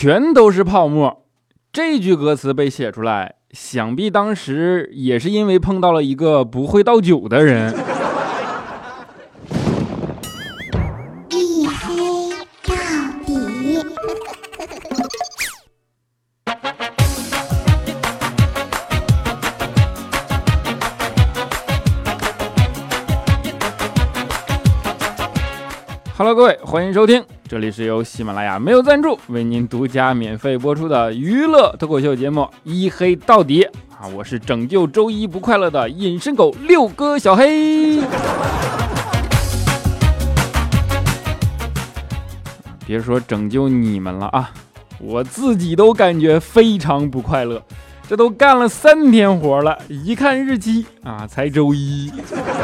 全都是泡沫。这句歌词被写出来，想必当时也是因为碰到了一个不会倒酒的人。 一黑到底。 Hello， 各位，欢迎收听，这里是由喜马拉雅没有赞助为您独家免费播出的娱乐脱口秀节目《一黑到底》啊！我是拯救周一不快乐的隐身狗六哥小黑。别说拯救你们了啊，我自己都感觉非常不快乐。这都干了3天活了，一看日期啊，才周一。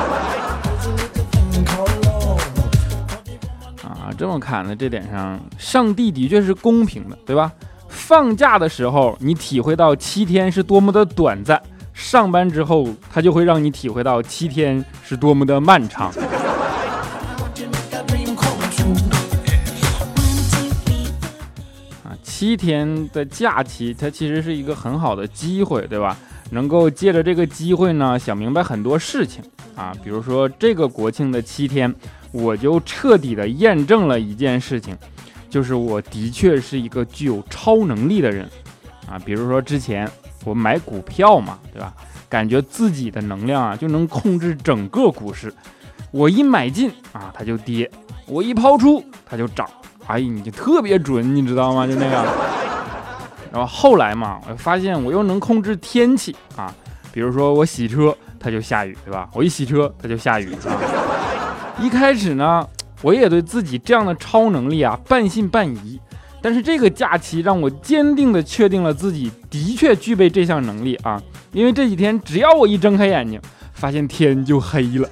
这么看呢，这点上上帝的确是公平的，对吧？放假的时候你体会到7天是多么的短暂，上班之后他就会让你体会到7天是多么的漫长。7天的假期它其实是一个很好的机会，对吧？能够借着这个机会呢，想明白很多事情啊，比如说这个国庆的7天，我就彻底的验证了一件事情，就是我的确是一个具有超能力的人啊。比如说之前我买股票嘛，对吧？感觉自己的能量啊就能控制整个股市，我一买进啊它就跌，我一抛出它就涨，哎，你就特别准，你知道吗？就那个。然后后来嘛，我发现我又能控制天气啊，比如说我洗车它就下雨，对吧？我一洗车它就下雨啊。一开始呢，我也对自己这样的超能力啊半信半疑，但是这个假期让我坚定的确定了自己的确具备这项能力啊，因为这几天只要我一睁开眼睛，发现天就黑了。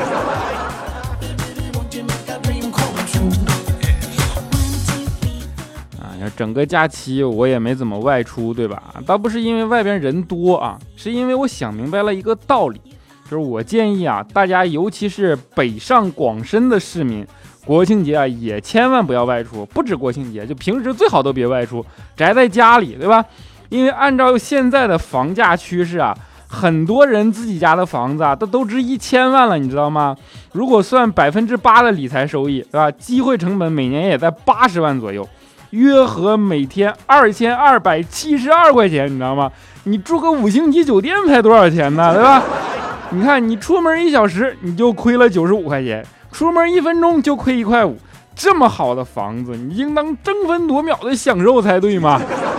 整个假期我也没怎么外出，对吧？倒不是因为外边人多啊，是因为我想明白了一个道理，就是我建议啊，大家尤其是北上广深的市民，国庆节啊也千万不要外出，不止国庆节，就平时最好都别外出，宅在家里，对吧？因为按照现在的房价趋势啊，很多人自己家的房子啊都值1000万了，你知道吗？如果算8%的理财收益，对吧？机会成本每年也在80万左右。约合每天2272块钱，你知道吗？你住个5星级酒店才多少钱呢？对吧？你看，你出门1小时你就亏了95块钱，出门1分钟就亏1块5，这么好的房子，你应当争分夺秒的享受才对吗？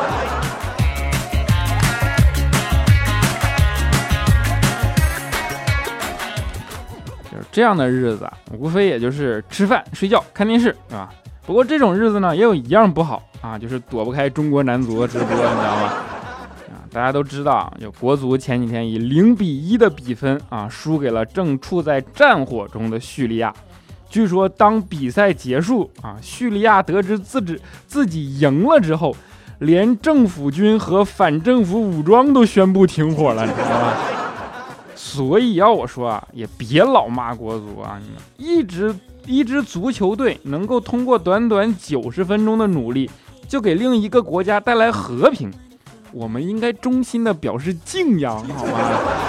就是这样的日子啊，无非也就是吃饭、睡觉、看电视，对吧？不过这种日子呢，也有一样不好啊，就是躲不开中国男足的直播，你知道吗？大家都知道，就国足前几天以0-1的比分啊，输给了正处在战火中的叙利亚。据说当比赛结束啊，叙利亚得知自己赢了之后，连政府军和反政府武装都宣布停火了，你知道吗？所以要我说啊，也别老骂国足啊，你们一支足球队能够通过短短90分钟的努力，就给另一个国家带来和平，我们应该衷心的表示敬仰，好吗？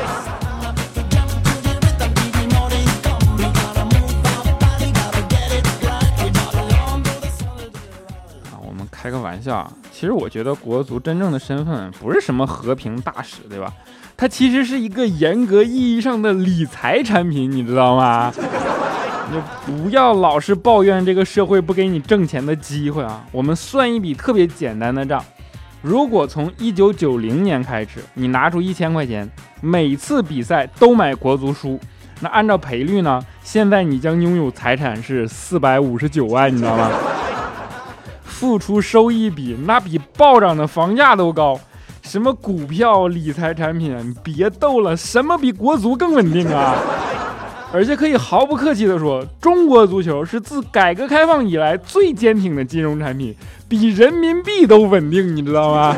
我们开个玩笑啊，其实我觉得国足真正的身份不是什么和平大使，对吧？它其实是一个严格意义上的理财产品，你知道吗？你就不要老是抱怨这个社会不给你挣钱的机会啊！我们算一笔特别简单的账，如果从1990年开始，你拿出1000块钱，每次比赛都买国足输，那按照赔率呢，现在你将拥有财产是459万，你知道吗？付出收益比那比暴涨的房价都高，什么股票、理财产品啊，你别逗了，什么比国足更稳定啊？而且可以毫不客气地说，中国足球是自改革开放以来最坚挺的金融产品，比人民币都稳定，你知道吗？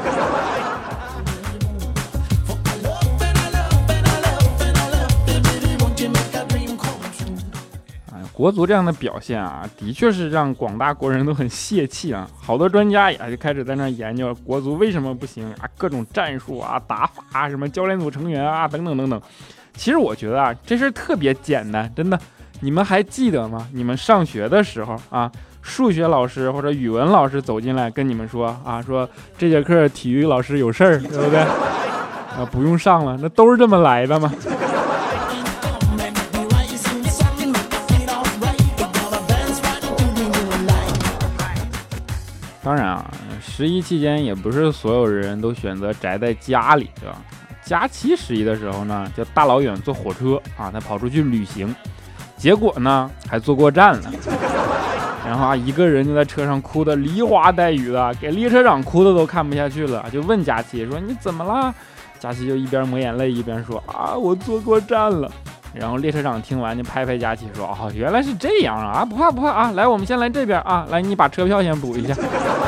国足这样的表现啊，的确是让广大国人都很泄气啊。好多专家也就开始在那研究国足为什么不行啊，各种战术啊、打法啊、什么教练组成员啊等等等等。其实我觉得啊，这事特别简单，真的。你们还记得吗？你们上学的时候啊，数学老师或者语文老师走进来跟你们说啊，说这节课体育老师有事儿，对不对？啊，不用上了，那都是这么来的吗？当然啊，11期间也不是所有人都选择宅在家里，对吧？假期11的时候呢，就大老远坐火车啊，他跑出去旅行，结果呢还坐过站了，然后啊一个人就在车上哭得梨花带雨的，给列车长哭的都看不下去了，就问佳琪说你怎么了？佳琪就一边抹眼泪一边说啊我坐过站了。然后列车长听完就拍拍佳琪说哦原来是这样啊，不怕不怕啊，来我们先来这边啊，来你把车票先补一下。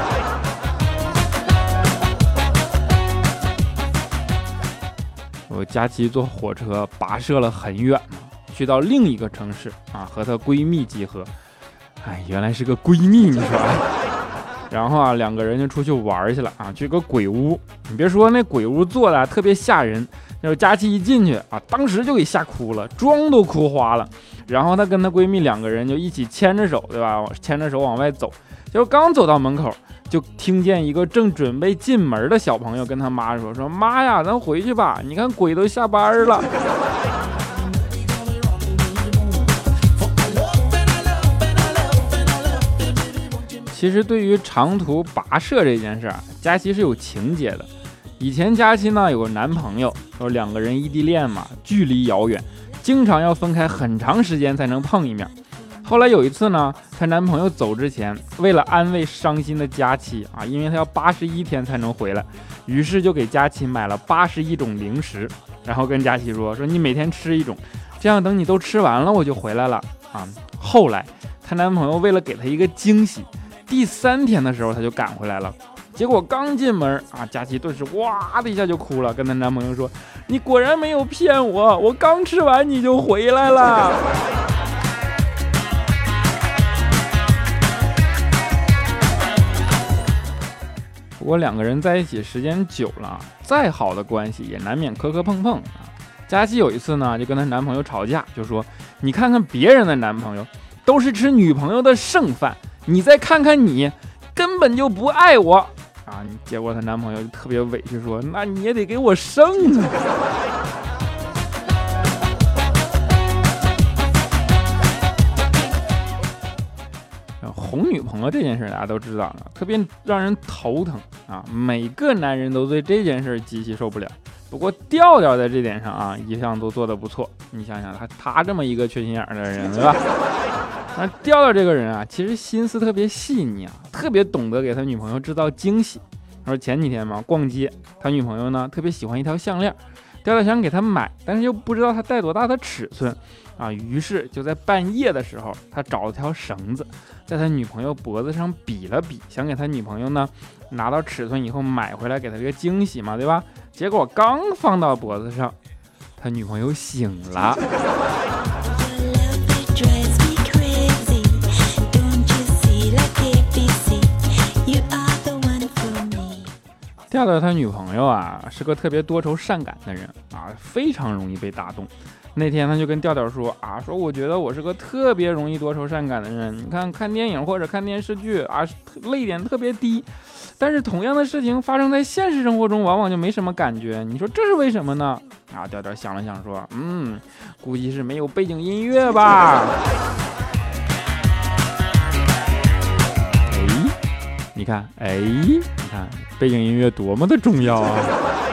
我佳琪坐火车跋涉了很远嘛，去到另一个城市啊，和她闺蜜集合。哎，原来是个闺蜜，你说哎。然后啊，两个人就出去玩去了啊，去个鬼屋。你别说，那鬼屋做的特别吓人。然后佳琪一进去啊，当时就给吓哭了，妆都哭花了。然后她跟她闺蜜两个人就一起牵着手，对吧？牵着手往外走。结果刚走到门口，就听见一个正准备进门的小朋友跟他妈说妈呀，咱回去吧，你看鬼都下班了。其实对于长途跋涉这件事啊，佳琪是有情节的。以前佳琪呢有个男朋友，说两个人异地恋嘛，距离遥远，经常要分开很长时间才能碰一面。后来有一次呢，她男朋友走之前，为了安慰伤心的佳琪啊，因为他要81天才能回来，于是就给佳琪买了81种零食，然后跟佳琪说你每天吃一种，这样等你都吃完了我就回来了啊。后来她男朋友为了给她一个惊喜，第3天的时候他就赶回来了。结果刚进门啊，佳琪顿时哇的一下就哭了，跟她男朋友说你果然没有骗我，我刚吃完你就回来了。不过两个人在一起时间久了，再好的关系也难免磕磕碰碰啊。佳琪有一次呢，就跟她男朋友吵架，就说你看看别人的男朋友都是吃女朋友的剩饭，你再看看你根本就不爱我啊。结果她男朋友就特别委屈说那你也得给我剩啊。哄女朋友这件事大家都知道了，特别让人头疼啊！每个男人都对这件事极其受不了。不过调调在这点上啊，一向都做得不错。你想想他这么一个缺心眼的人，对吧？那调调这个人啊，其实心思特别细腻啊，特别懂得给他女朋友制造惊喜。他说前几天嘛，逛街，他女朋友呢特别喜欢一条项链，调调想给他买，但是又不知道他戴多大的尺寸啊，于是就在半夜的时候，他找了条绳子，在他女朋友脖子上比了比，想给他女朋友呢拿到尺寸以后买回来给他一个惊喜嘛，对吧？结果刚放到脖子上，他女朋友醒了。调调他女朋友啊是个特别多愁善感的人啊，非常容易被打动。那天他就跟调调说啊，说我觉得我是个特别容易多愁善感的人，你看看电影或者看电视剧啊，泪点特别低，但是同样的事情发生在现实生活中往往就没什么感觉，你说这是为什么呢？啊，调调想了想说估计是没有背景音乐吧。你看背景音乐多么的重要啊。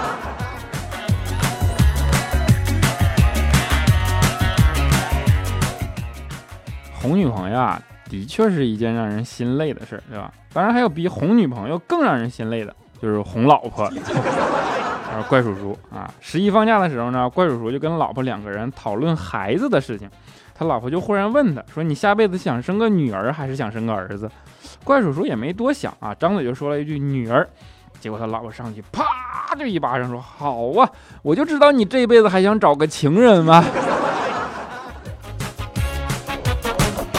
哄女朋友啊，的确是一件让人心累的事，对吧？当然还有比哄女朋友更让人心累的，就是哄老婆。怪叔叔啊，11放假的时候呢，怪叔叔就跟老婆两个人讨论孩子的事情。他老婆就忽然问他说：“你下辈子想生个女儿还是想生个儿子？”怪叔叔也没多想啊，张嘴就说了一句女儿。结果他老婆上去啪就一巴掌说：“好啊，我就知道你这辈子还想找个情人吗？”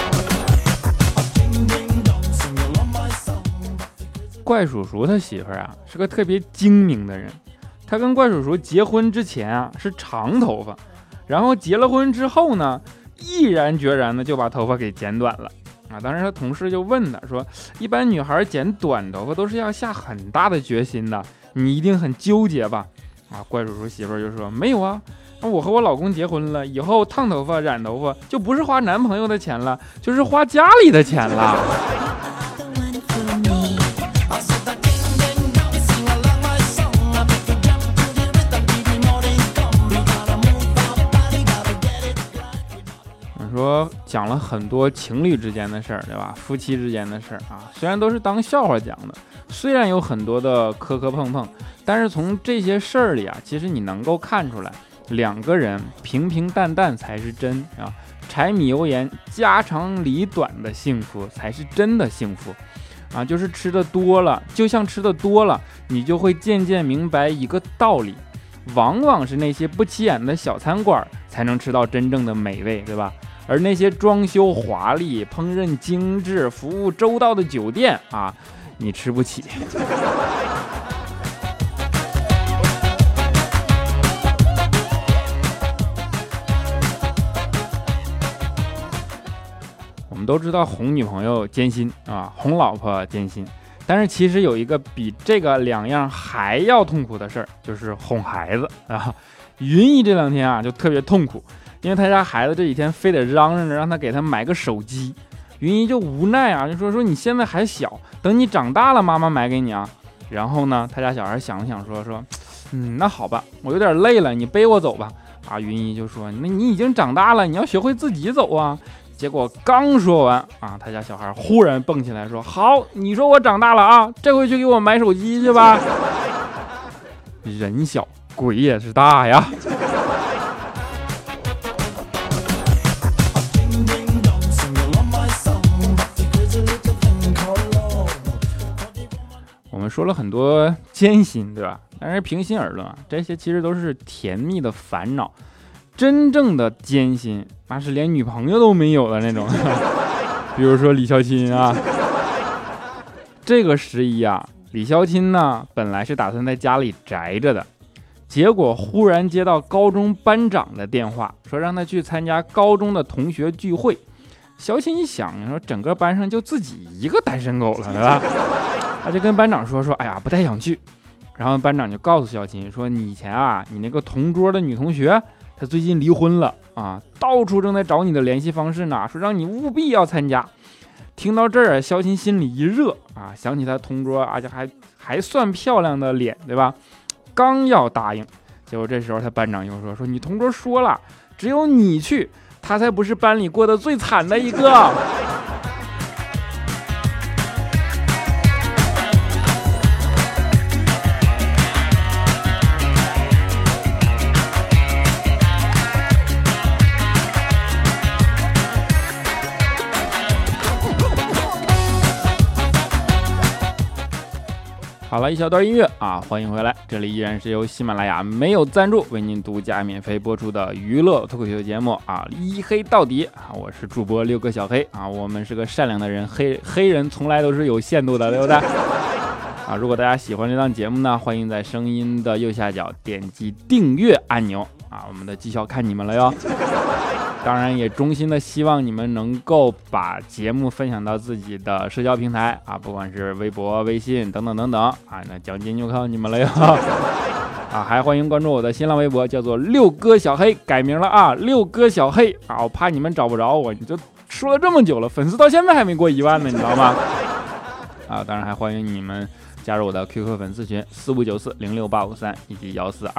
怪叔叔他媳妇儿啊是个特别精明的人，他跟怪叔叔结婚之前啊是长头发，然后结了婚之后呢，毅然决然的就把头发给剪短了啊。当时他同事就问他说，一般女孩剪短头发都是要下很大的决心的，你一定很纠结吧？啊，怪叔叔媳妇儿就说没有啊，我和我老公结婚了，以后烫头发染头发就不是花男朋友的钱了，就是花家里的钱了。说讲了很多情侣之间的事儿，对吧？夫妻之间的事儿啊，虽然都是当笑话讲的，虽然有很多的磕磕碰碰，但是从这些事儿里啊，其实你能够看出来，两个人平平淡淡才是真啊，柴米油盐家长里短的幸福才是真的幸福啊！就是吃的多了，就像吃的多了，你就会渐渐明白一个道理，往往是那些不起眼的小餐馆才能吃到真正的美味，对吧？而那些装修华丽、烹饪精致、服务周到的酒店啊，你吃不起。我们都知道哄女朋友艰辛啊，哄老婆艰辛，但是其实有一个比这个两样还要痛苦的事儿，就是哄孩子啊。云姨这2天啊就特别痛苦。因为他家孩子这几天非得嚷嚷着让他给他买个手机，云姨就无奈啊，就说你现在还小，等你长大了妈妈买给你啊。然后呢，他家小孩想了想说，那好吧，我有点累了，你背我走吧。啊，云姨就说，那你已经长大了，你要学会自己走啊。结果刚说完啊，他家小孩忽然蹦起来说，好，你说我长大了啊，这回去给我买手机去吧。人小鬼也是大呀。我们说了很多艰辛，对吧？但是平心而论啊，这些其实都是甜蜜的烦恼。真正的艰辛，那是连女朋友都没有的那种。比如说李孝钦啊，这个11啊，李孝钦呢本来是打算在家里宅着的，结果忽然接到高中班长的电话，说让他去参加高中的同学聚会。孝钦一想，说整个班上就自己一个单身狗了，对吧？他就跟班长说，哎呀，不太想去。然后班长就告诉孝钦说，你以前啊，你那个同桌的女同学，她最近离婚了啊，到处正在找你的联系方式呢，说让你务必要参加。听到这儿，孝钦心里一热啊，想起他同桌，而且还算漂亮的脸，对吧？刚要答应，结果这时候他班长又说你同桌说了，只有你去，他才不是班里过得最惨的一个。好了，一小段音乐啊，欢迎回来，这里依然是由喜马拉雅没有赞助为您独家免费播出的娱乐脱口秀节目啊，一黑到底啊，我是主播6个小黑啊，我们是个善良的人，黑人从来都是有限度的，对不对？啊，如果大家喜欢这档节目呢，欢迎在声音的右下角点击订阅按钮啊，我们的绩效看你们了哟。当然也衷心的希望你们能够把节目分享到自己的社交平台啊，不管是微博、微信等等等等啊，那奖金就靠你们了哟。啊，还欢迎关注我的新浪微博，叫做6哥小黑，改名了啊，6哥小黑啊，我怕你们找不着我，你就说了这么久了，粉丝到现在还没过1万呢，你知道吗？啊，当然还欢迎你们加入我的 QQ 粉丝群4594068553以及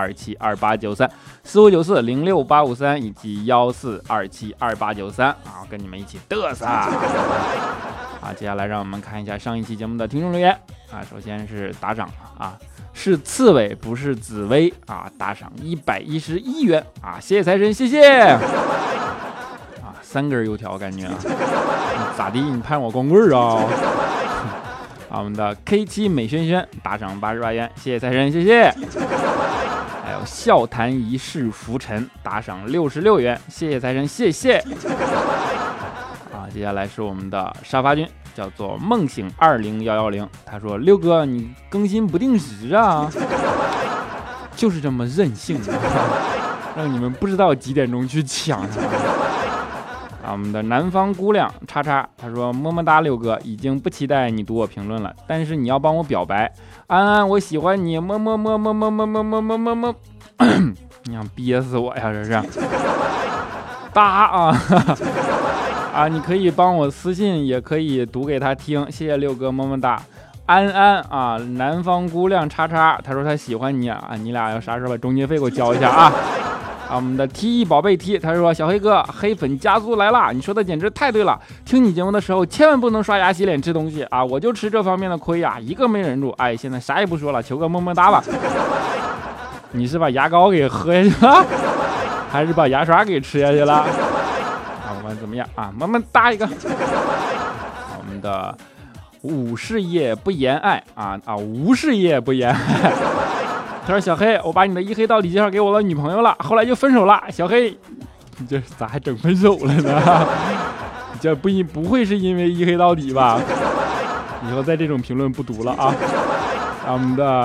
14272893，4594068553以及14272893啊，跟你们一起嘚瑟啊！接下来让我们看一下上一期节目的听众留言啊，首先是打赏啊，是刺猬不是紫薇啊，打赏111元啊，谢谢财神，谢谢啊，3根油条感觉啊，咋地？你盼我光棍啊？啊，我们的 K7 美轩轩打赏88元，谢谢财神，谢谢。还有笑谈一世浮沉打赏66元，谢谢财神，谢谢。啊，接下来是我们的沙发君， 叫做梦醒20110，他说六哥你更新不定时啊，就是这么任性啊，让你们不知道几点钟去抢它。我们的南方姑娘叉叉，他说么么哒六哥，已经不期待你读我评论了，但是你要帮我表白，安安我喜欢你，么么么么么么么么么么么，你想憋死我呀这是。哒啊你可以帮我私信，也可以读给他听，谢谢六哥么么哒。安安啊，南方姑娘叉叉，他说他喜欢你啊，你俩要啥时候把中介费给我交一下啊。我们的 T 宝贝 T， 他说小黑哥，黑粉加速来啦！你说的简直太对了，听你节目的时候千万不能刷牙洗脸吃东西啊！我就吃这方面的亏呀，一个没忍住。哎，现在啥也不说了，求个么么哒吧。你是把牙膏给喝下去了，还是把牙刷给吃下去了？我们怎么样啊？么么哒一个。我们的无事业不言爱无事业不言爱。他说小黑，我把你的一黑到底介绍给我的女朋友了，后来就分手了。小黑，你这咋还整分手了呢？这不会是因为一黑到底吧？以后在这种评论不读了啊。我们的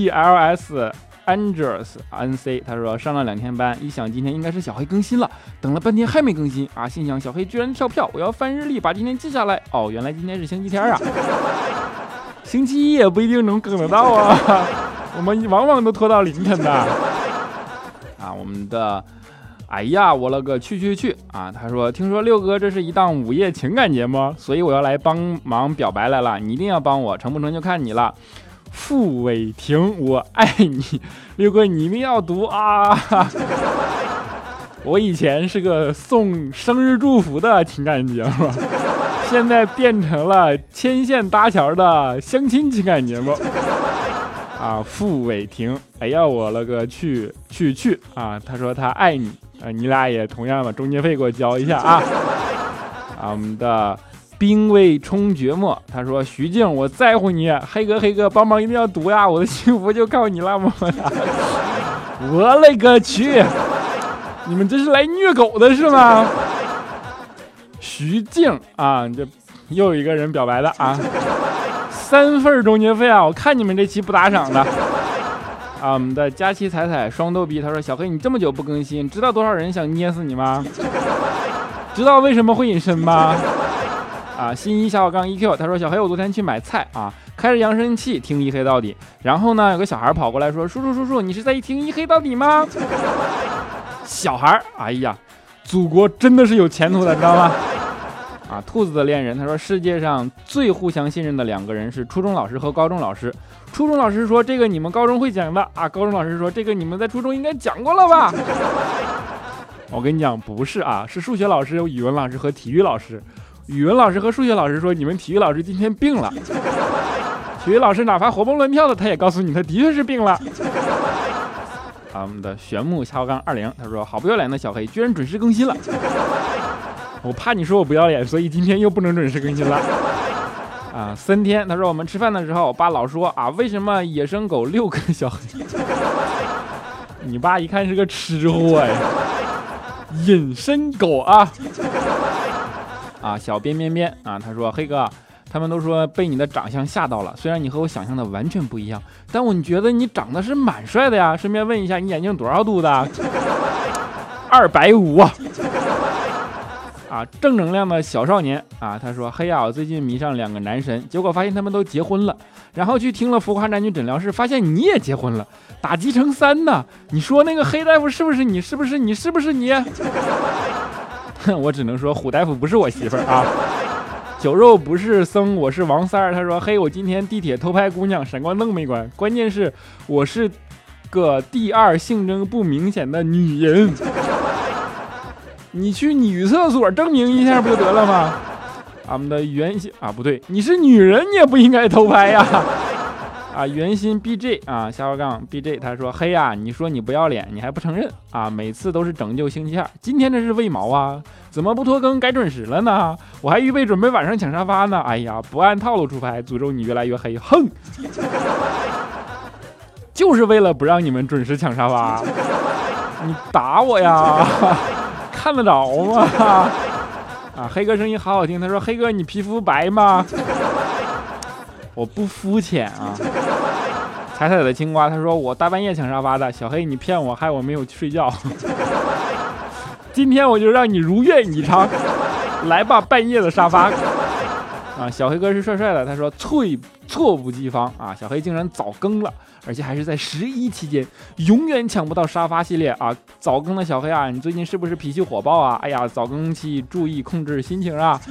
HELS Andrews NC， 他说上了2天班，一想今天应该是小黑更新了，等了半天还没更新啊，心想小黑居然跳票，我要翻日历把今天记下来。哦，原来今天是星期天啊，星期一也不一定能更得到啊。我们往往都拖到凌晨的我们的哎呀我了个去啊，他说听说六哥这是一档午夜情感节目，所以我要来帮忙表白来了，你一定要帮我，成不成就看你了。傅伟霆，我爱你，六哥你一定要读啊。我以前是个送生日祝福的情感节目，现在变成了牵线搭桥的相亲情感节目傅伟霆，哎呀我了个去啊，他说他爱你你俩也同样把中介费给我交一下啊。我们的兵卫冲绝末，他说徐静我在乎你，黑哥帮忙一定要读呀，我的幸福就靠你了么么哒。我勒个去，你们这是来虐狗的是吗？徐静啊，这又有一个人表白的啊。3份中介费啊！我看你们这期不打赏的我们的佳期彩双逗逼，他说小黑你这么久不更新，知道多少人想捏死你吗？知道为什么会隐身吗？新一小杠 EQ， 他说小黑我昨天去买菜开着扬声器听一黑到底，然后呢有个小孩跑过来说叔叔你是在听一黑到底吗？小孩，哎呀，祖国真的是有前途的，知道吗？兔子的恋人，他说世界上最互相信任的2个人是初中老师和高中老师。初中老师说这个你们高中会讲的高中老师说这个你们在初中应该讲过了吧。我跟你讲不是是数学老师、语文老师和体育老师。语文老师和数学老师说你们体育老师今天病了，体育老师哪怕活蹦乱跳的他也告诉你他的确是病了。我们的玄木下杠20，他说好不要脸的小黑居然准时更新了，我怕你说我不要脸，所以今天又不能准时更新了3天，他说我们吃饭的时候我爸老说为什么野生狗6个小黑？你爸一看是个吃货呀，隐身狗小边他说黑哥他们都说被你的长相吓到了，虽然你和我想象的完全不一样，但我觉得你长得是蛮帅的呀，顺便问一下你眼睛多少度的？250正能量的小少年他说嘿呀我最近迷上2个男神，结果发现他们都结婚了，然后去听了浮夸男女诊疗室，发现你也结婚了，打击成3呢，你说那个黑大夫是不是你？是不是你？我只能说虎大夫不是我媳妇儿酒肉不是僧，我是王三儿。他说嘿我今天地铁偷拍姑娘，闪光灯没关，关键是我是个第2性征不明显的女人，你去女厕所证明一下不就得了吗？我们的原型不对，你是女人你也不应该偷拍呀。原心 BJ 下划杠 BJ， 他说嘿呀你说你不要脸你还不承认每次都是拯救星期2，今天这是为毛怎么不拖更改准时了呢？我还预备准备晚上抢沙发呢，哎呀不按套路出牌，诅咒你越来越黑，哼，就是为了不让你们准时抢沙发，你打我呀，看得着吗？ 啊，黑哥声音好好听，他说黑哥你皮肤白吗？我不肤浅啊。彩彩的青瓜他说我大半夜抢沙发的，小黑你骗我，害我没有睡觉。今天我就让你如愿以偿，来吧半夜的沙发。啊，小黑哥是帅帅的，他说猝不及防啊，小黑竟然早更了，而且还是在11期间，永远抢不到沙发系列啊！早更的小黑啊，你最近是不是脾气火爆啊？哎呀，早更期注意控制心情啊！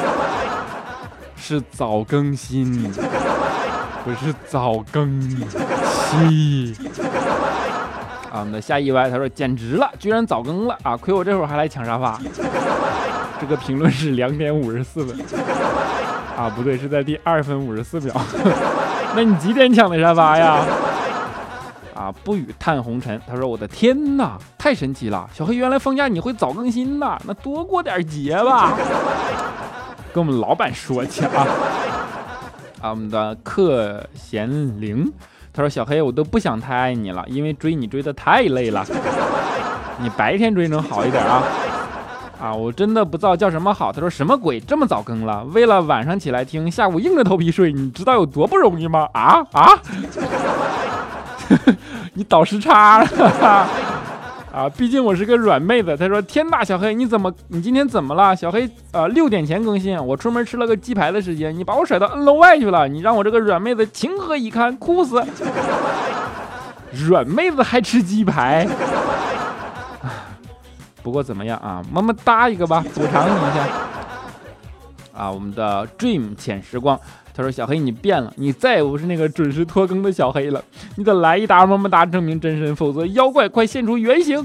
是早更新，不是早更期。啊，我们的夏意外他说简直了，居然早更了啊！亏我这会儿还来抢沙发。这个评论是2点54分。啊，不对，是在第2分54秒。那你几点抢的沙发呀？啊，不语叹红尘，他说我的天哪，太神奇了！小黑原来放假你会早更新呐，那多过点节吧。跟我们老板说去啊。啊，我们的克贤玲，他说小黑我都不想太爱你了，因为追你追得太累了，你白天追能好一点啊。啊，我真的不知道叫什么好。他说什么鬼这么早更了？为了晚上起来听，下午硬着头皮睡，你知道有多不容易吗？啊，你倒时差了啊！毕竟我是个软妹子。他说天大小黑，你今天怎么了？小黑6点前更新，我出门吃了个鸡排的时间，你把我甩到N楼外去了，你让我这个软妹子情何以堪，哭死！软妹子还吃鸡排？不过怎么样啊，么么哒一个吧，补偿你一下啊。我们的 Dream 浅时光他说小黑你变了，你再也不是那个准时拖更的小黑了，你得来一打么么哒证明真身，否则妖怪快现出原形。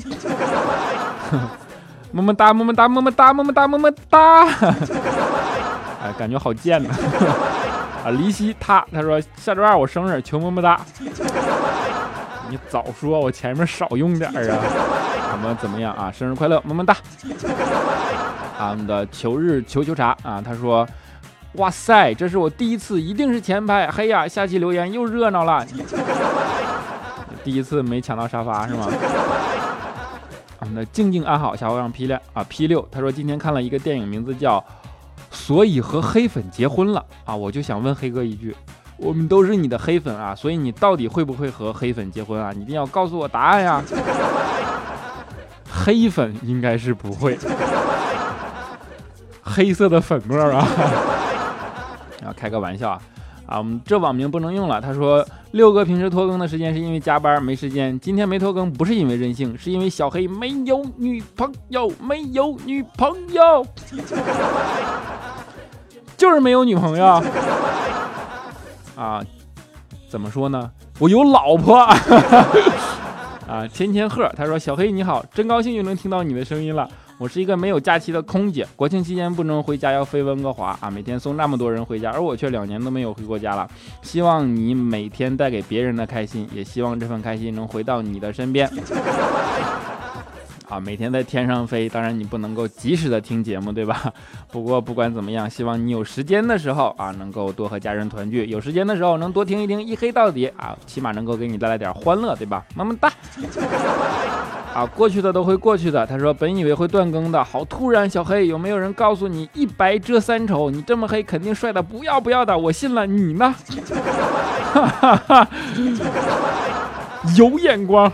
么么哒么么哒么么哒么么哒么么哒。哎，感觉好贱呢。啊，离析他说下周2我生日，求么么哒。你早说，我前面少用点啊。我们怎么样啊？生日快乐，么么哒！啊，我们的求日求茶啊，他说：“哇塞，这是我第一次，一定是前排。嘿呀，下期留言又热闹了。第一次没抢到沙发是吗？”我们的静静安好，小伙伴P6，他说今天看了一个电影，名字叫《所以和黑粉结婚了》啊，我就想问黑哥一句。我们都是你的黑粉啊，所以你到底会不会和黑粉结婚啊？你一定要告诉我答案呀！黑粉应该是不会，黑色的粉末啊！啊，开个玩笑啊！啊，我们这网名不能用了。他说六哥平时拖更的时间是因为加班没时间，今天没拖更不是因为任性，是因为小黑没有女朋友，没有女朋友，就是没有女朋友。啊，怎么说呢？我有老婆啊！天鹤他说：“小黑你好，真高兴又能听到你的声音了。我是一个没有假期的空姐，国庆期间不能回家，要飞温哥华啊！每天送那么多人回家，而我却2年都没有回过家了。希望你每天带给别人的开心，也希望这份开心能回到你的身边。”啊，每天在天上飞，当然你不能够及时的听节目，对吧？不过不管怎么样，希望你有时间的时候啊，能够多和家人团聚；有时间的时候能多听一听一黑到底啊，起码能够给你带来点欢乐，对吧？么么哒。啊，过去的都会过去的。他说本以为会断更的，好突然。小黑，有没有人告诉你一白遮三丑？你这么黑，肯定帅的不要不要的。我信了，你呢？有眼光。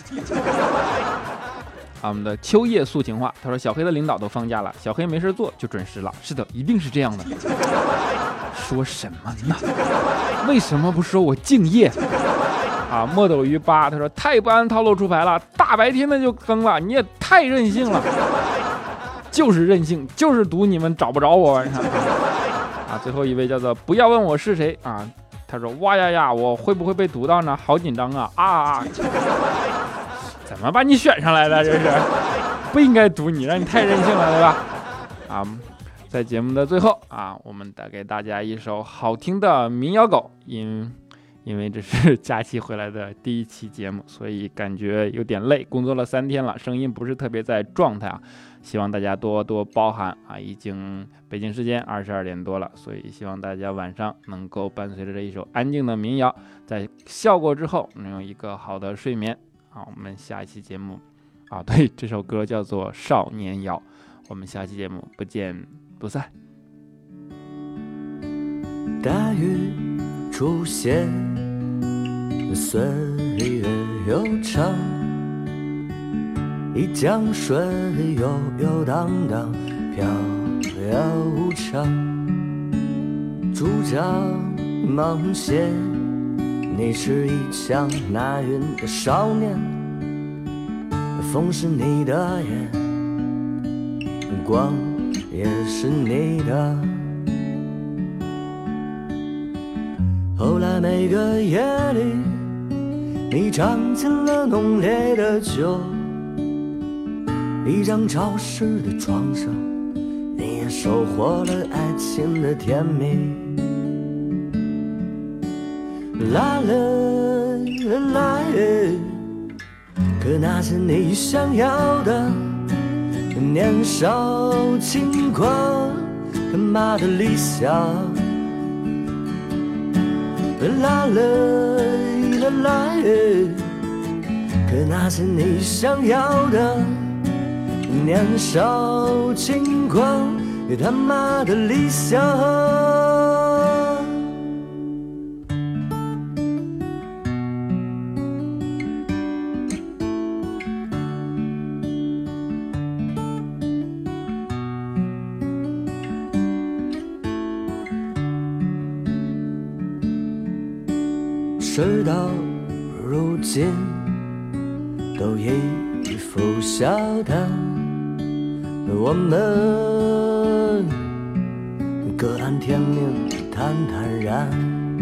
啊，我们的秋叶诉情话，他说小黑的领导都放假了，小黑没事做就准时了。是的，一定是这样的。说什么呢？为什么不说我敬业？啊，墨斗鱼8他说太不按套路出牌了，大白天的就更了，你也太任性了。就是任性，就是赌你们找不着我晚上。啊，最后一位叫做不要问我是谁啊，他说哇呀呀，我会不会被读到呢？好紧张啊啊！怎么把你选上来的？这是不应该读你，让你太任性了，对吧？啊，在节目的最后啊，我们带给大家一首好听的民谣狗，因为这是假期回来的第1期节目，所以感觉有点累，工作了3天了，声音不是特别在状态啊，希望大家多多包涵啊。已经北京时间22点多了，所以希望大家晚上能够伴随着这一首安静的民谣，在笑过之后能有一个好的睡眠。好，我们下一期节目啊，对，这首歌叫做《少年谣》， 我们下期节目不见不散。 大雨出现，岁月悠长，一江水悠悠荡荡，飘飘无常。主张冒险，你是一腔难云的少年，风是你的眼，光也是你的。后来每个夜里，你尝尽了浓烈的酒，一张潮湿的床上，你也收获了爱情的甜蜜。来了来了，可那是你想要的年少轻狂，他妈的理想。来了来了，可那是你想要的年少轻狂，他妈的理想。事到如今都已拂晓的，我们各安天命，坦坦然。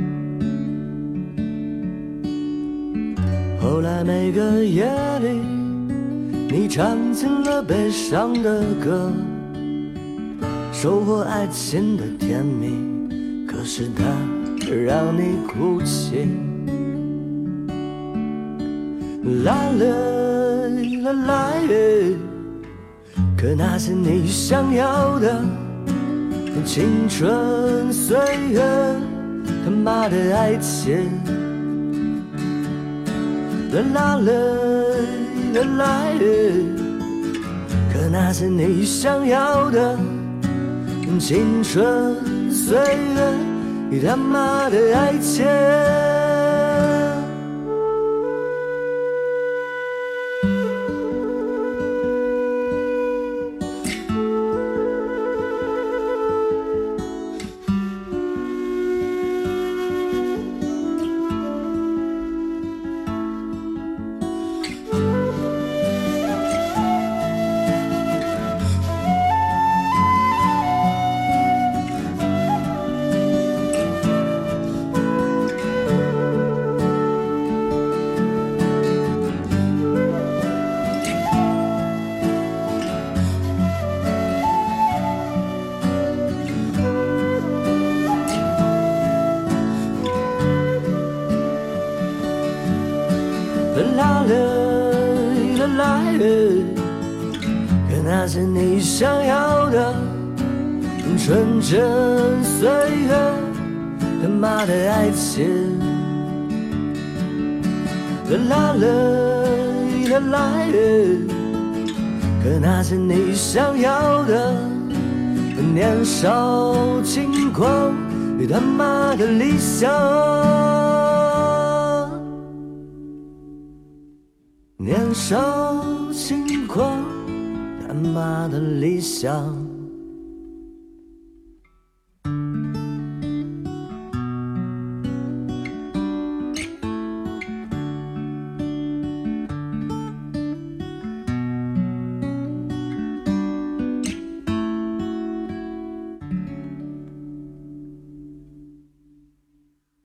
后来每个夜里，你唱尽了悲伤的歌，收获爱情的甜蜜，可是它让你哭泣。来了来了，可那是你想要的青春岁月，他妈的爱情。来了来了，可那是你想要的青春岁月，他妈的爱情。来了来了，可那是你想要的纯真岁月，他妈的爱情。来了来了，可那是你想要的年少轻狂，他妈的理想。年少轻狂，他妈的理想。